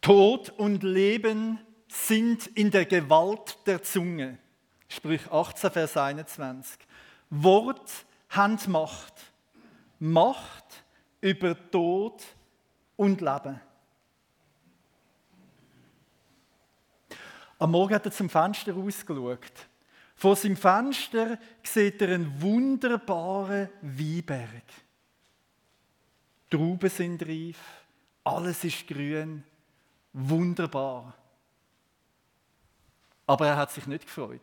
Tod und Leben sind in der Gewalt der Zunge. Sprüche 18, Vers 21. Wort hat Macht. Macht über Tod und Leben. Am Morgen hat er zum Fenster rausgeschaut. Vor seinem Fenster sieht er einen wunderbaren Weinberg. Die Trauben sind reif, alles ist grün, wunderbar. Aber er hat sich nicht gefreut.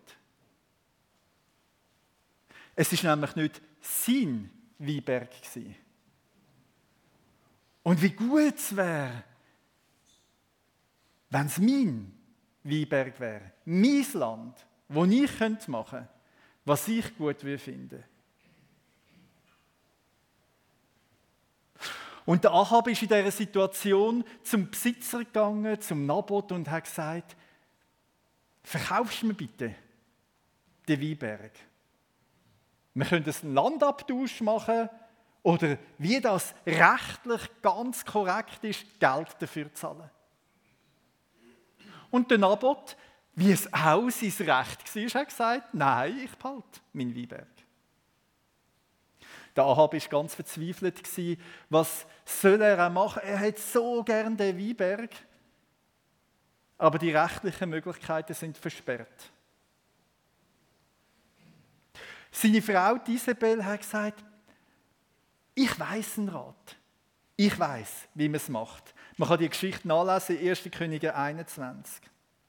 Es ist nämlich nicht sein Weinberg gewesen. Und wie gut es wäre, wenn es mein Weinberg wäre, mein Land, wo ich machen könnte, was ich gut finde. Und der Ahab ist in dieser Situation zum Besitzer gegangen, zum Naboth, und hat gesagt, verkaufst du mir bitte den Weinberg. Wir können einen Landabtausch machen oder wie das rechtlich ganz korrekt ist, Geld dafür zahlen. Und der Naboth, wie es auch sein Recht war, hat gesagt, nein, ich behalte meinen Weinberg. Der Ahab war ganz verzweifelt. Was soll er auch machen? Er hat so gern den Weinberg. Aber die rechtlichen Möglichkeiten sind versperrt. Seine Frau Isabel hat gesagt, ich weiss einen Rat. Ich weiss, wie man es macht. Man kann die Geschichte nachlesen, 1. Könige 21.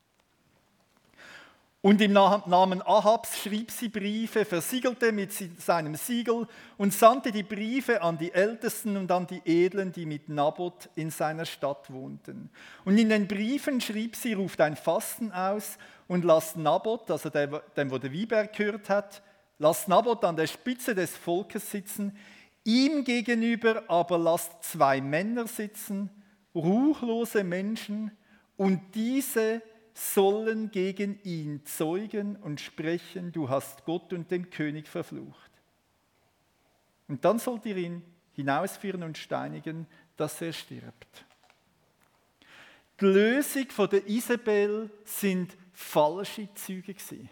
Und im Namen Ahabs schrieb sie Briefe, versiegelte mit seinem Siegel und sandte die Briefe an die Ältesten und an die Edlen, die mit Naboth in seiner Stadt wohnten. Und in den Briefen schrieb sie, ruft ein Fasten aus und lasst Naboth, also dem, wo der Weinberg gehört hat, lasst Naboth an der Spitze des Volkes sitzen, ihm gegenüber aber lasst 2 Männer sitzen, ruchlose Menschen, und diese sollen gegen ihn zeugen und sprechen, du hast Gott und den König verflucht. Und dann sollt ihr ihn hinausführen und steinigen, dass er stirbt. Die Lösung von der Isabel sind falsche Zeugen gewesen.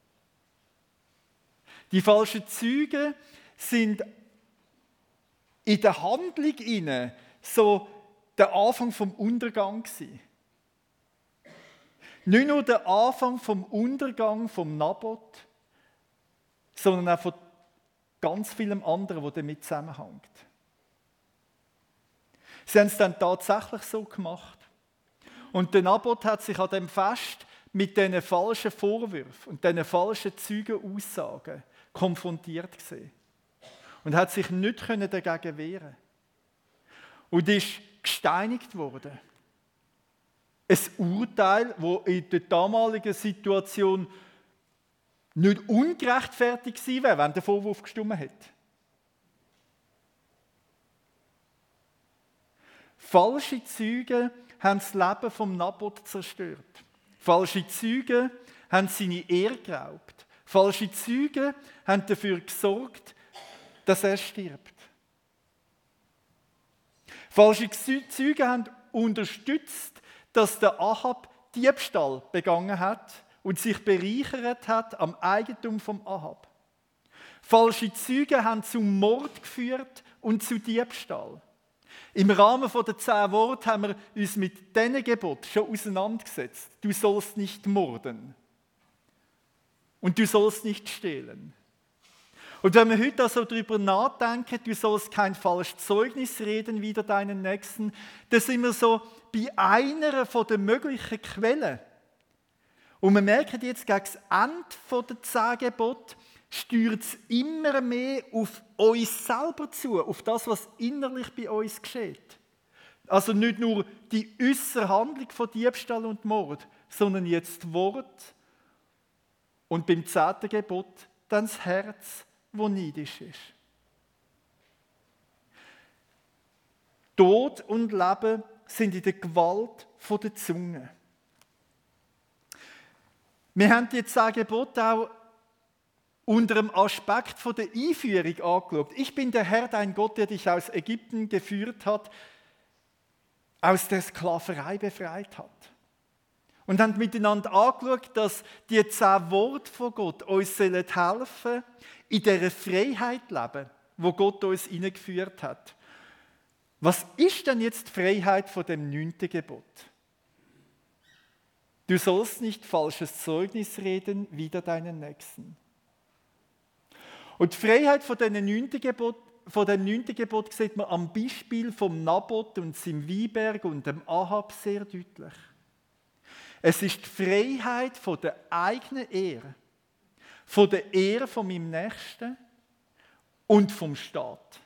Die falschen Zeugen sind in der Handlung inne so der Anfang vom Untergang gewesen. Nicht nur der Anfang vom Untergang vom Naboth, sondern auch von ganz vielem anderen, was damit zusammenhängt. Sie haben es dann tatsächlich so gemacht. Und der Naboth hat sich an dem Fest mit diesen falschen Vorwürfen und diesen falschen Zeugenaussagen konfrontiert gesehen. Und hat sich nicht dagegen wehren. Und ist gesteinigt worden. Ein Urteil, das in der damaligen Situation nicht ungerechtfertigt gewesen wäre, wenn der Vorwurf gestimmt hätte. Falsche Zeugen haben das Leben vom Naboth zerstört. Falsche Zeugen haben seine Ehre geraubt. Falsche Zeugen haben dafür gesorgt, dass er stirbt. Falsche Zeugen haben unterstützt, dass der Ahab Diebstahl begangen hat und sich bereichert hat am Eigentum vom Ahab. Falsche Zeugen haben zum Mord geführt und zu Diebstahl. Im Rahmen der 10 Worte haben wir uns mit diesen Geboten schon auseinandergesetzt. Du sollst nicht morden. Und du sollst nicht stehlen. Und wenn wir heute also darüber nachdenken, du sollst kein falsches Zeugnis reden wider deinen Nächsten, dann sind wir so bei einer der möglichen Quellen. Und wir merken jetzt, gegen das Ende der 10 Gebote steuert es immer mehr auf uns selber zu, auf das, was innerlich bei uns geschieht. Also nicht nur die äußere Handlung von Diebstahl und Mord, sondern jetzt das Wort und beim 10. Gebot dann das Herz, das neidisch ist. Tod und Leben sind in der Gewalt der Zunge. Wir haben die 10 Gebote auch unter dem Aspekt der Einführung angeschaut. Ich bin der Herr, dein Gott, der dich aus Ägypten geführt hat. aus der Sklaverei befreit hat. Und haben miteinander angeschaut, dass die 10 Worte von Gott uns helfen sollen, in dieser Freiheit zu leben, wo Gott uns hineingeführt hat. Was ist denn jetzt die Freiheit von dem 9. Gebot? Du sollst nicht falsches Zeugnis reden wider deinen Nächsten. Und die Freiheit von dem 9. Gebot sieht man am Beispiel vom Nabot und seinem Weinberg und dem Ahab sehr deutlich. Es ist die Freiheit von der eigenen Ehre, von der Ehre von meinem Nächsten und vom Staat.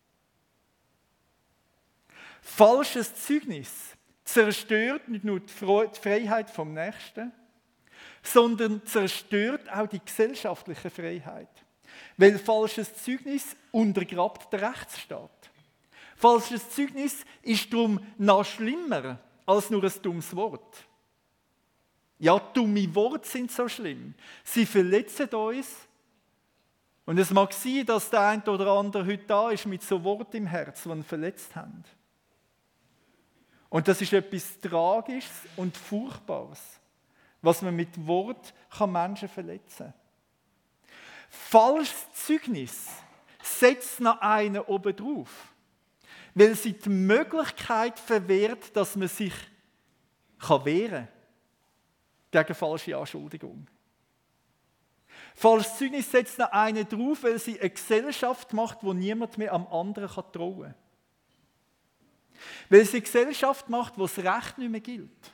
Falsches Zeugnis zerstört nicht nur die Freiheit vom Nächsten, sondern zerstört auch die gesellschaftliche Freiheit. Weil falsches Zeugnis untergrabt den Rechtsstaat. Falsches Zeugnis ist darum noch schlimmer als nur ein dummes Wort. Ja, dumme Worte sind so schlimm. Sie verletzen uns. Und es mag sein, dass der eine oder andere heute da ist mit so Worten im Herzen, die ihn verletzt haben. Und das ist etwas Tragisches und Furchtbares, was man mit Wort kann Menschen verletzen kann. Falsches Zeugnis setzt noch einen oben drauf, weil sie die Möglichkeit verwehrt, dass man sich wehren kann gegen falsche Anschuldigungen. Falsches Zeugnis setzt noch einen drauf, weil sie eine Gesellschaft macht, wo niemand mehr am anderen trauen kann. Weil sie eine Gesellschaft macht, wo das Recht nicht mehr gilt.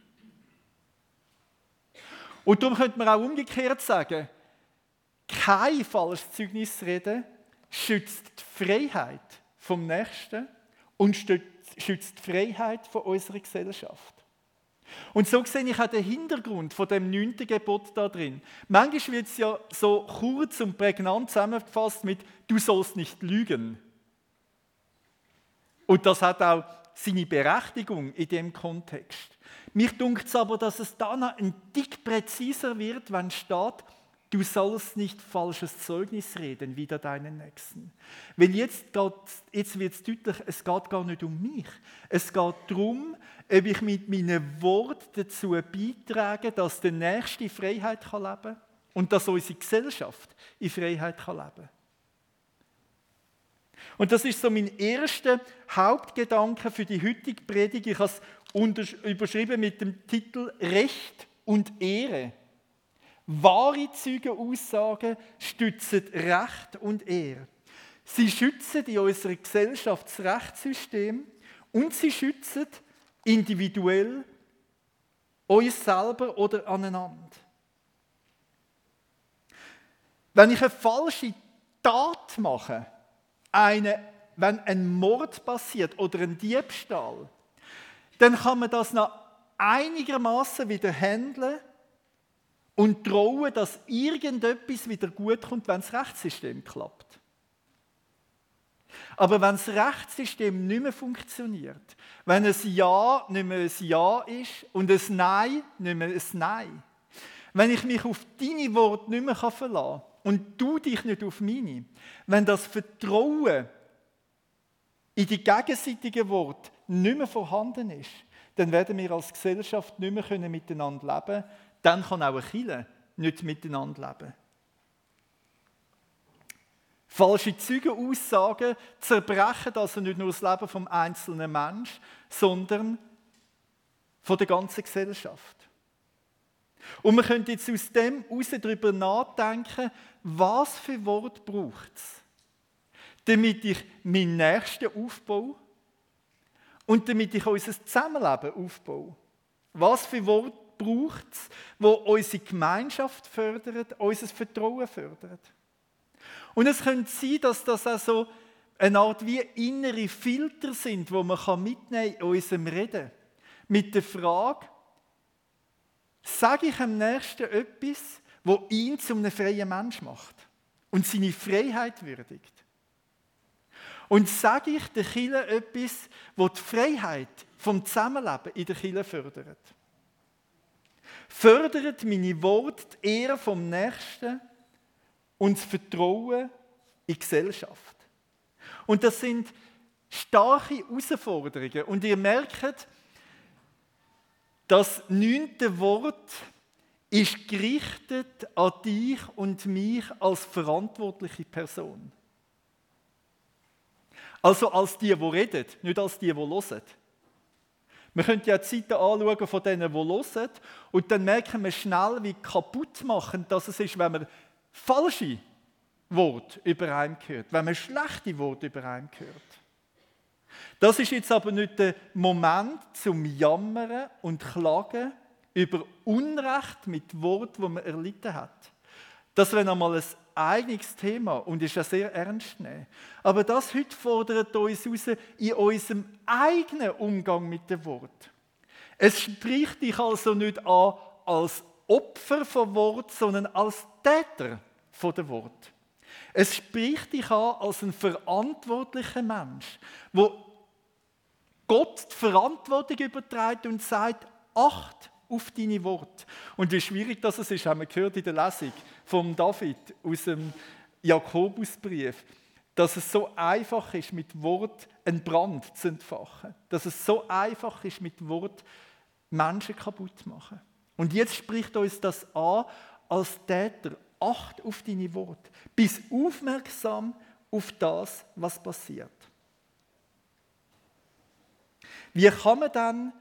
Und darum könnte man auch umgekehrt sagen, kein falsches Zeugnis reden schützt die Freiheit vom Nächsten und schützt die Freiheit von unserer Gesellschaft. Und so sehe ich auch den Hintergrund von dem 9. Gebot da drin. Manchmal wird es ja so kurz und prägnant zusammengefasst mit «Du sollst nicht lügen». Und das hat auch seine Berechtigung in dem Kontext. Mich dunkt es aber, dass es dann noch ein Tick präziser wird, wenn steht, du sollst nicht falsches Zeugnis reden wider deinen Nächsten. Weil jetzt wird es deutlich, es geht gar nicht um mich. Es geht darum, ob ich mit meinen Worten dazu beitrage, dass der Nächste in Freiheit leben kann und dass unsere Gesellschaft in Freiheit leben kann. Und das ist so mein erster Hauptgedanke für die heutige Predigt. Ich habe es überschrieben mit dem Titel Recht und Ehre. Wahre Zeugenaussagen stützen Recht und Ehre. Sie schützen in unserer Gesellschaft das Rechtssystem und sie schützen individuell uns selber oder aneinander. Wenn ich eine falsche Tat mache, wenn ein Mord passiert oder ein Diebstahl, dann kann man das noch einigermaßen wieder handeln und trauen, dass irgendetwas wieder gut kommt, wenn das Rechtssystem klappt. Aber wenn das Rechtssystem nicht mehr funktioniert, wenn ein Ja nicht mehr ein Ja ist und ein Nein nicht mehr ein Nein, wenn ich mich auf deine Worte nicht mehr verlassen kann und du dich nicht auf meine, wenn das Vertrauen in die gegenseitigen Worte nicht mehr vorhanden ist, dann werden wir als Gesellschaft nicht mehr miteinander leben können. Dann kann auch eine Kirche nicht miteinander leben. Falsche Zeugenaussagen zerbrechen also nicht nur das Leben vom einzelnen Menschen, sondern von der ganzen Gesellschaft. Und wir können jetzt aus dem heraus darüber nachdenken, was für Worte braucht es, damit ich meinen Nächsten aufbaue und damit ich unser Zusammenleben aufbaue. Was für Worte braucht es, die unsere Gemeinschaft fördert, unser Vertrauen fördert. Und es könnte sein, dass das auch so eine Art wie innere Filter sind, die man mitnehmen kann in unserem Reden. Mit der Frage, sage ich dem Nächsten etwas, das ihn zu einem freien Mensch macht und seine Freiheit würdigt? Und sage ich der Kirche etwas, das die Freiheit vom Zusammenleben in der Kirche fördert? Fördert meine Worte die Ehre vom Nächsten und das Vertrauen in die Gesellschaft? Und das sind starke Herausforderungen. Und ihr merkt, das 9. Wort ist gerichtet an dich und mich als verantwortliche Person. Also als die reden, nicht als die hören. Wir können ja die Seite anschauen von denen, die hören, und dann merken wir schnell, wie kaputt machen das ist, wenn man falsche Worte über einen hört, wenn man schlechte Worte über einen hört. Das ist jetzt aber nicht der Moment zum Jammern und Klagen über Unrecht mit Wort, wo man erlitten hat. Das wäre einmal ein eigenes Thema und ist ja sehr ernst nehmen. Aber das heute fordert uns heraus in unserem eigenen Umgang mit dem Wort. Es spricht dich also nicht an als Opfer von Wort, sondern als Täter von dem Wort. Es spricht dich an als ein verantwortlicher Mensch, wo Gott die Verantwortung überträgt und sagt, Acht auf deine Worte. Und wie schwierig das ist, haben wir gehört in der Lesung von David aus dem Jakobusbrief, dass es so einfach ist, mit Wort einen Brand zu entfachen. Dass es so einfach ist, mit Wort Menschen kaputt zu machen. Und jetzt spricht uns das an als Täter. Acht auf deine Worte. Bist aufmerksam auf das, was passiert. Wie kann man dann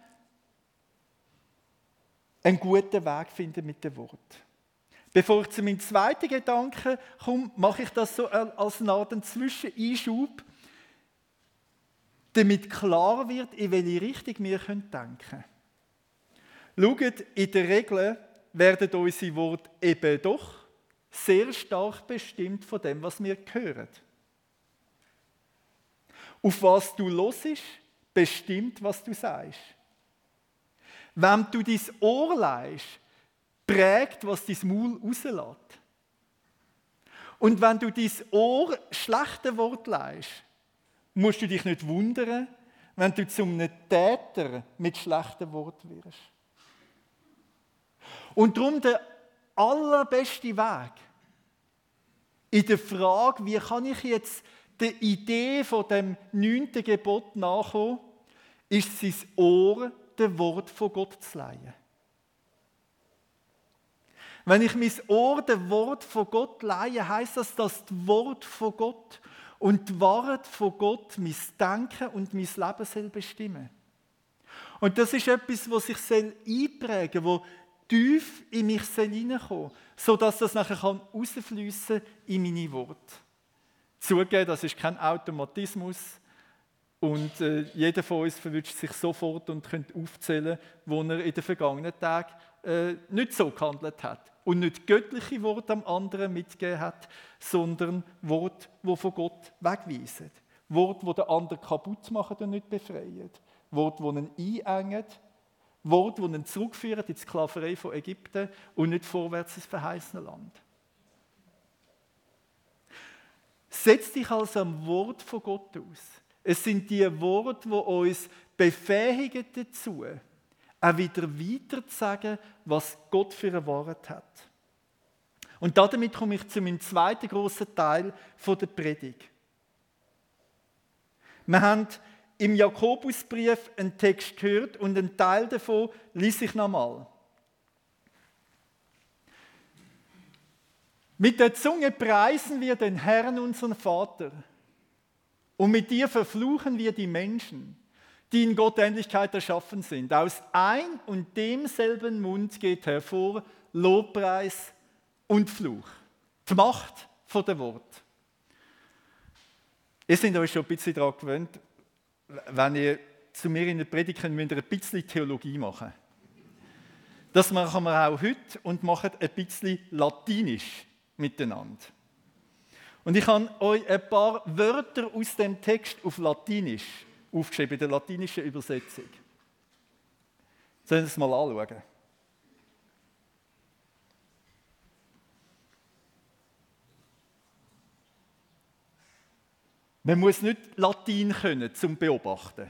einen guten Weg finden mit dem Wort? Bevor ich zu meinem zweiten Gedanken komme, mache ich das so als eine Art Zwischeneinschub, damit klar wird, in welche Richtung wir denken können. Schaut, in der Regel werden unsere Worte eben doch sehr stark bestimmt von dem, was wir hören. Auf was du hörst, bestimmt, was du sagst. Wenn du dein Ohr leihst, prägt, was dein Maul rauslässt. Und wenn du dein Ohr schlechte Wort leihst, musst du dich nicht wundern, wenn du zu einem Täter mit schlechten Worten wirst. Und darum der allerbeste Weg in der Frage, wie kann ich jetzt der Idee von dem 9. Gebot nachkommen, ist sein Ohr dem Wort von Gott zu leihen. Wenn ich mein Ohr dem Wort von Gott leihe, heisst das, dass das Wort von Gott und die Wahrheit von Gott mein Denken und mein Leben soll bestimmen. Und das ist etwas, was sich einprägen soll, das tief in mich hineinkommen soll, sodass das nachher rausfliessen kann in meine Worte. Zugeben, das ist kein Automatismus und jeder von uns verwünscht sich sofort und könnte aufzählen, wo er in den vergangenen Tagen nicht so gehandelt hat und nicht göttliche Worte am anderen mitgegeben hat, sondern Worte, die von Gott wegweisen. Worte, die den anderen kaputt machen und nicht befreien. Worte, die ihn einengen. Worte, die ihn zurückführen in die Sklaverei von Ägypten und nicht vorwärts ins verheißene Land. Setz dich also am Wort von Gott aus. Es sind die Worte, die uns befähigen dazu, auch wieder weiter zu sagen, was Gott für eine Wahrheit hat. Und damit komme ich zu meinem zweiten grossen Teil der Predigt. Wir haben im Jakobusbrief einen Text gehört und einen Teil davon lese ich nochmal. Mit der Zunge preisen wir den Herrn, unseren Vater, und mit dir verfluchen wir die Menschen, die in Gottähnlichkeit erschaffen sind. Aus ein und demselben Mund geht hervor Lobpreis und Fluch. Die Macht von dem Wort. Ihr seid euch schon ein bisschen daran gewöhnt, wenn ihr zu mir in der Predigt kommt, müsst ihr ein bisschen Theologie machen. Das machen wir auch heute und machen ein bisschen Latinisch miteinander. Und ich habe euch ein paar Wörter aus dem Text auf Latinisch aufgeschrieben, in der latinischen Übersetzung. Sollen wir es mal anschauen? Man muss nicht Latein können, zum Beobachten.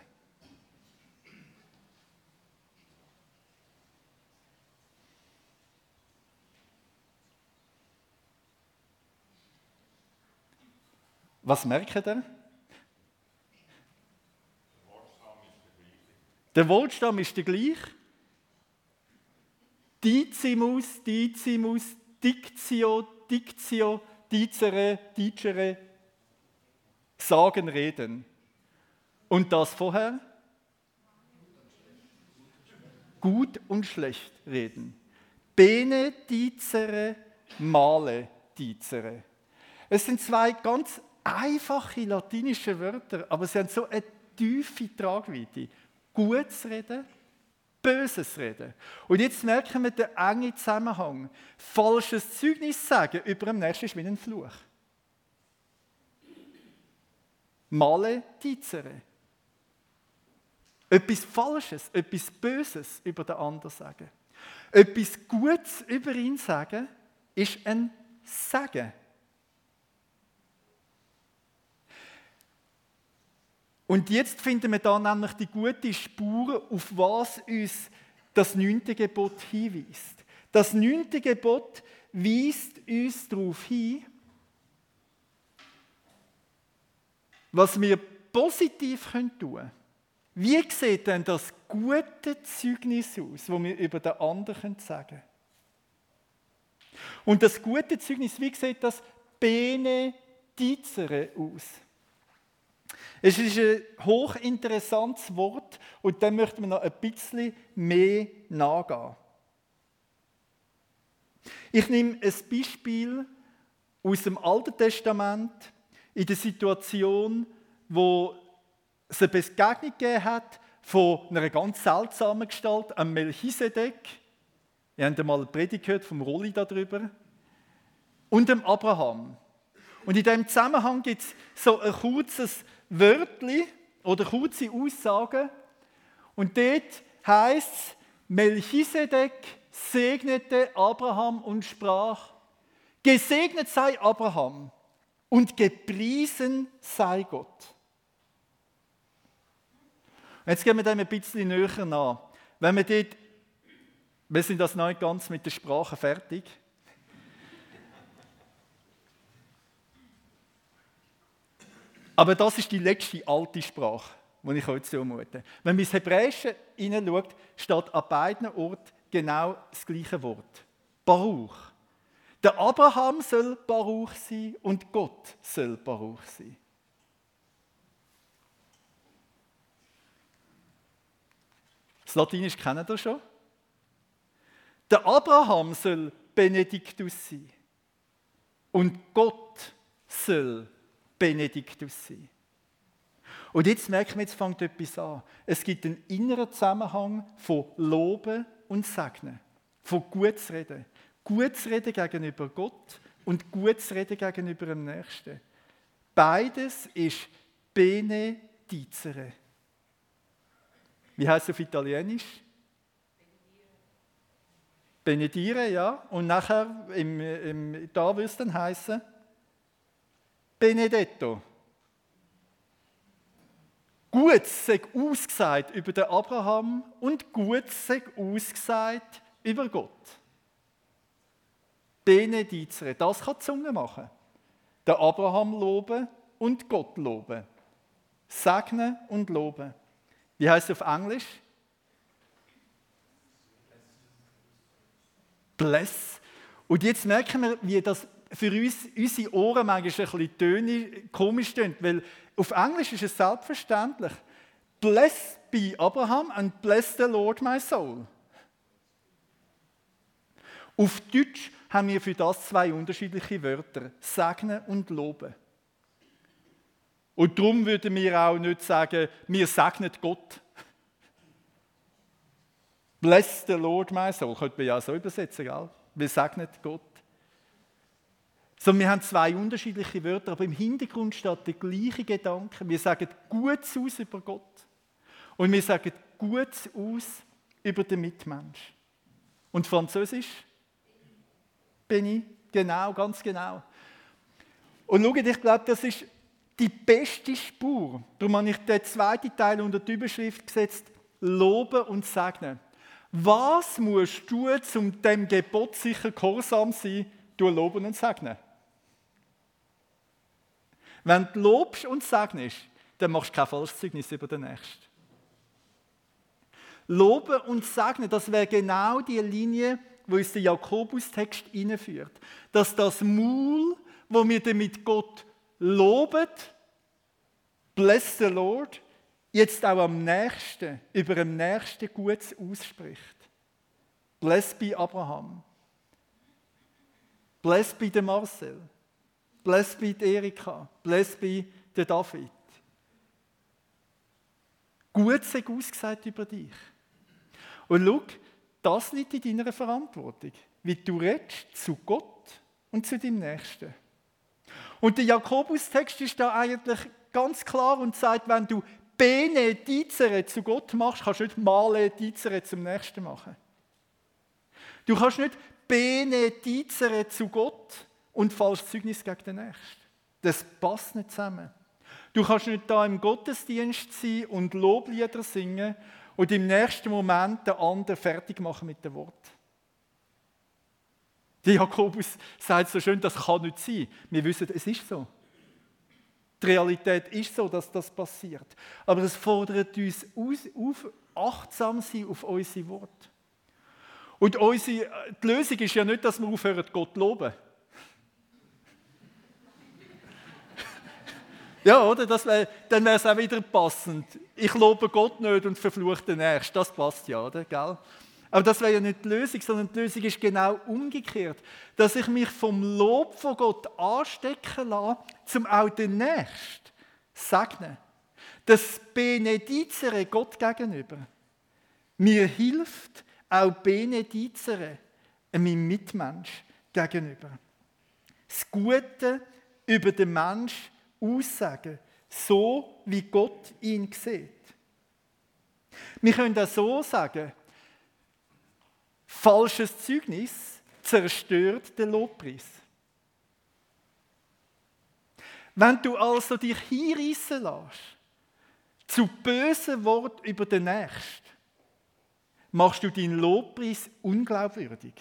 Was merkt ihr? Der Wortstamm ist der gleiche. Dizimus, Dizimus, Dictio, Dictio, Dicere, Dicere, sagen, reden. Und das vorher? Gut und schlecht reden. Bene dicere, male dicere. Es sind zwei ganz einfache latinische Wörter, aber sie haben so eine tiefe Tragweite. Gutes Reden, Böses Reden. Und jetzt merken wir den engen Zusammenhang. Falsches Zeugnis sagen über dem Nächsten ist wie ein Fluch. Male dicere. Etwas Falsches, etwas Böses über den anderen sagen. Etwas Gutes über ihn sagen, ist ein Sagen. Und jetzt finden wir da nämlich die gute Spur, auf was uns das 9. Gebot hinweist. Das 9. Gebot weist uns darauf hin, was wir positiv tun können. Wie sieht denn das gute Zeugnis aus, das wir über den anderen sagen können? Und das gute Zeugnis, wie sieht das bene dicere aus? Es ist ein hochinteressantes Wort und dem möchten wir noch ein bisschen mehr nachgehen. Ich nehme ein Beispiel aus dem Alten Testament in der Situation, wo es eine Begegnung gegeben hat von einer ganz seltsamen Gestalt, einem Melchisedek. Ihr habt einmal eine Predigt gehört vom Rolli darüber. Und dem Abraham. Und in diesem Zusammenhang gibt es so ein kurzes Wörtchen oder kurze Aussagen. Und dort heisst es, Melchisedek segnete Abraham und sprach, gesegnet sei Abraham und gepriesen sei Gott. Jetzt gehen wir dem ein bisschen näher nach. Wenn wir dort, wir sind das noch nicht ganz mit der Sprache fertig. Aber das ist die letzte alte Sprache, die ich heute zumute. Wenn man ins Hebräische hineinschaut, steht an beiden Orten genau das gleiche Wort. Baruch. Der Abraham soll Baruch sein und Gott soll Baruch sein. Das Latinisch kennen ihr schon. Der Abraham soll Benediktus sein. Und Gott soll Benediktus sein. Und jetzt merken wir, jetzt fängt etwas an. Es gibt einen inneren Zusammenhang von Loben und Segnen. Von Gutes reden. Gutes reden gegenüber Gott und Gutes reden gegenüber dem Nächsten. Beides ist benedicere. Wie heißt es auf Italienisch? Benedire, ja. Und nachher, da würde es dann heißen Benedetto. Gutes sei ausgesagt über den Abraham und Gutes sei ausgesagt über Gott. Benedicere, das kann die Zunge machen. Den Abraham loben und Gott loben. Segnen und loben. Wie heißt es auf Englisch? Bless. Und jetzt merken wir, wie das für uns, unsere Ohren manchmal ein bisschen Töne komisch tönt, weil auf Englisch ist es selbstverständlich. Blessed be Abraham and bless the Lord my soul. Auf Deutsch haben wir für das zwei unterschiedliche Wörter, segnen und loben. Und darum würden wir auch nicht sagen, wir segnen Gott. Bless the Lord my soul, könnte man ja so übersetzen, gell? Wir segnen Gott. So, wir haben zwei unterschiedliche Wörter, aber im Hintergrund steht der gleiche Gedanke. Wir sagen Gutes aus über Gott und wir sagen Gutes aus über den Mitmensch. Und Französisch? Benny? Genau, ganz genau. Und schaut, ich glaube, das ist die beste Spur. Darum habe ich den zweiten Teil unter die Überschrift gesetzt, loben und segnen. Was musst du, um dem Gebot sicher gehorsam sein, loben und segnen? Wenn du lobst und segnest, dann machst du kein falsches Zeugnis über den Nächsten. Loben und segnen, das wäre genau die Linie, wo uns der Jakobus-Text hineinführt. Dass das Maul, wo wir damit Gott loben, bless the Lord, jetzt auch am Nächsten, über dem Nächsten Gutes ausspricht. Bless be Abraham. Bless be der Marcel. Bless be die Erika. Bless be der David. Gut sei ausgesagt über dich. Und schau, das liegt in deiner Verantwortung, wie du redest zu Gott und zu deinem Nächsten. Und der Jakobus-Text ist da eigentlich ganz klar und sagt, wenn du benedizere zu Gott machst, kannst du nicht maledizere zum Nächsten machen. Du kannst nicht benedizere zu Gott und falsches Zeugnis gegen den Nächsten. Das passt nicht zusammen. Du kannst nicht da im Gottesdienst sein und Loblieder singen und im nächsten Moment den anderen fertig machen mit dem Wort. Der Jakobus sagt so schön, das kann nicht sein. Wir wissen, es ist so. Die Realität ist so, dass das passiert. Aber es fordert uns auf, achtsam zu sein auf unsere Worte. Und die Lösung ist ja nicht, dass wir aufhören, Gott zu loben. Ja, oder? Dann wäre es auch wieder passend. Ich lobe Gott nicht und verfluche den Nächsten. Das passt ja, oder? Gell? Aber das wäre ja nicht die Lösung, sondern die Lösung ist genau umgekehrt. Dass ich mich vom Lob von Gott anstecken lasse, um auch den Nächsten zu segnen. Das Benedizere Gott gegenüber mir hilft, auch Benedizere meinem Mitmensch gegenüber. Das Gute über den Menschen aussagen, so wie Gott ihn sieht. Wir können auch so sagen, falsches Zeugnis zerstört den Lobpreis. Wenn du also dich hinreissen lässt zu bösen Worten über den Nächsten, machst du deinen Lobpreis unglaubwürdig.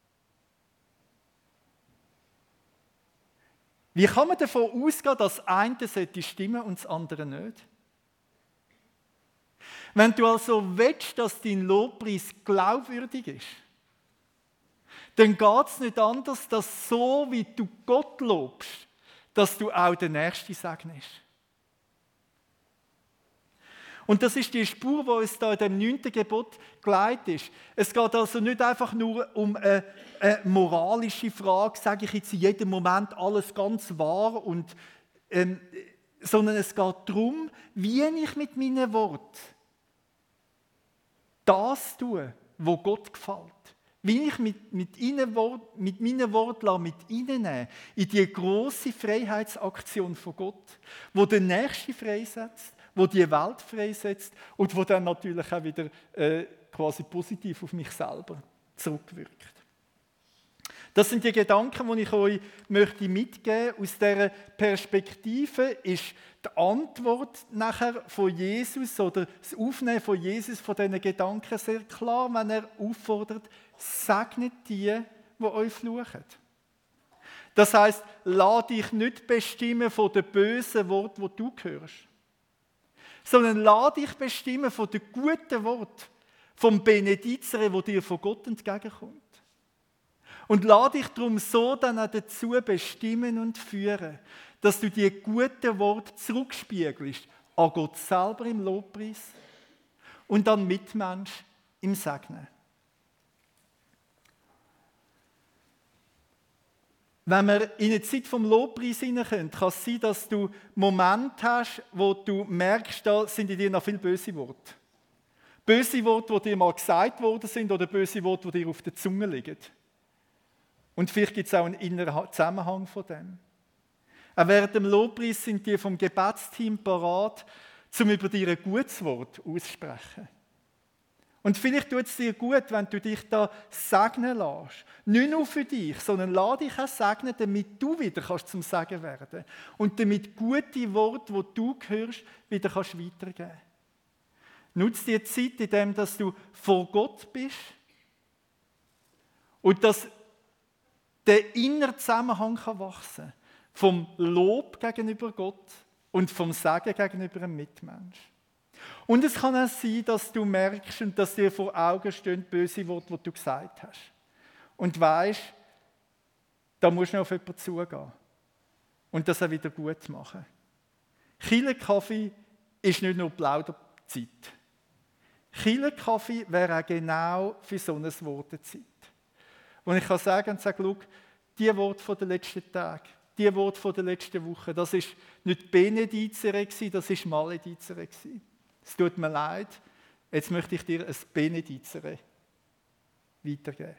Wie kann man davon ausgehen, dass das eine stimmen und das andere nicht? Wenn du also willst, dass dein Lobpreis glaubwürdig ist, dann geht es nicht anders, dass so wie du Gott lobst, dass du auch den Nächsten segnest. Und das ist die Spur, die uns da in dem 9. Gebot geleitet ist. Es geht also nicht einfach nur um eine moralische Frage, sage ich jetzt in jedem Moment alles ganz wahr, sondern es geht darum, wie ich mit meinen Worten das tue, was Gott gefällt. Wie ich mit meinen Worten mit reinnehmen in die grosse Freiheitsaktion von Gott, wo der Nächste freisetzt, wo die Welt freisetzt und wo dann natürlich auch wieder quasi positiv auf mich selber zurückwirkt. Das sind die Gedanken, die ich euch mitgeben möchte. Aus dieser Perspektive ist die Antwort nachher von Jesus oder das Aufnehmen von Jesus von diesen Gedanken sehr klar, wenn er auffordert, segnet die euch fluchen. Das heisst, lass dich nicht bestimmen von den bösen Worten, die du hörst, sondern lass dich bestimmen von den guten Worten, vom Benedizere, wo dir von Gott entgegenkommt. Und lass dich darum so dann auch dazu bestimmen und führen, dass du die guten Worte zurückspiegelst an Gott selber im Lobpreis und an Mitmensch im Segnen. Wenn wir in eine Zeit vom Lobpreis hineinkommen, kann es sein, dass du Momente hast, wo du merkst, da sind in dir noch viele böse Worte. Böse Worte, die dir mal gesagt worden sind oder böse Worte, die dir auf der Zunge liegen. Und vielleicht gibt es auch einen inneren Zusammenhang von dem. Auch während dem Lobpreis sind die vom Gebetsteam parat, um über dir ein gutes Wort auszusprechen. Und vielleicht tut es dir gut, wenn du dich da segnen lässt. Nicht nur für dich, sondern lass dich auch segnen, damit du wieder zum Segen werden kannst. Und damit gute Worte, die du hörst, wieder weitergeben kannst. Nutze die Zeit, indem du vor Gott bist und dass der innere Zusammenhang wachsen kann. Vom Lob gegenüber Gott und vom Segen gegenüber einem Mitmensch. Und es kann auch sein, dass du merkst und dass dir vor Augen stehen böse Worte, die du gesagt hast. Und weisst, da musst du noch auf jemanden zugehen und das auch wieder gut machen. Kirchenkaffee ist nicht nur Plauderzeit. Kirchenkaffee wäre auch genau für so ein Wort eine Zeit. Und ich kann sagen, schau, die Worte der letzten Tage, die Worte der letzten Woche, das war nicht Benedizere, das war Maledizere. Es tut mir leid, jetzt möchte ich dir ein Benedizere weitergeben.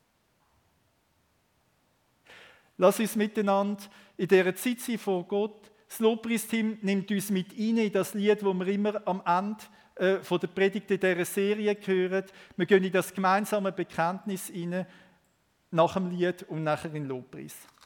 Lass uns miteinander in dieser Zeit sein vor Gott. Das Lobpreisteam nimmt uns mit rein in das Lied, das wir immer am Ende von der Predigt in dieser Serie hören. Wir gehen in das gemeinsame Bekenntnis rein, nach dem Lied und nachher in den Lobpreis.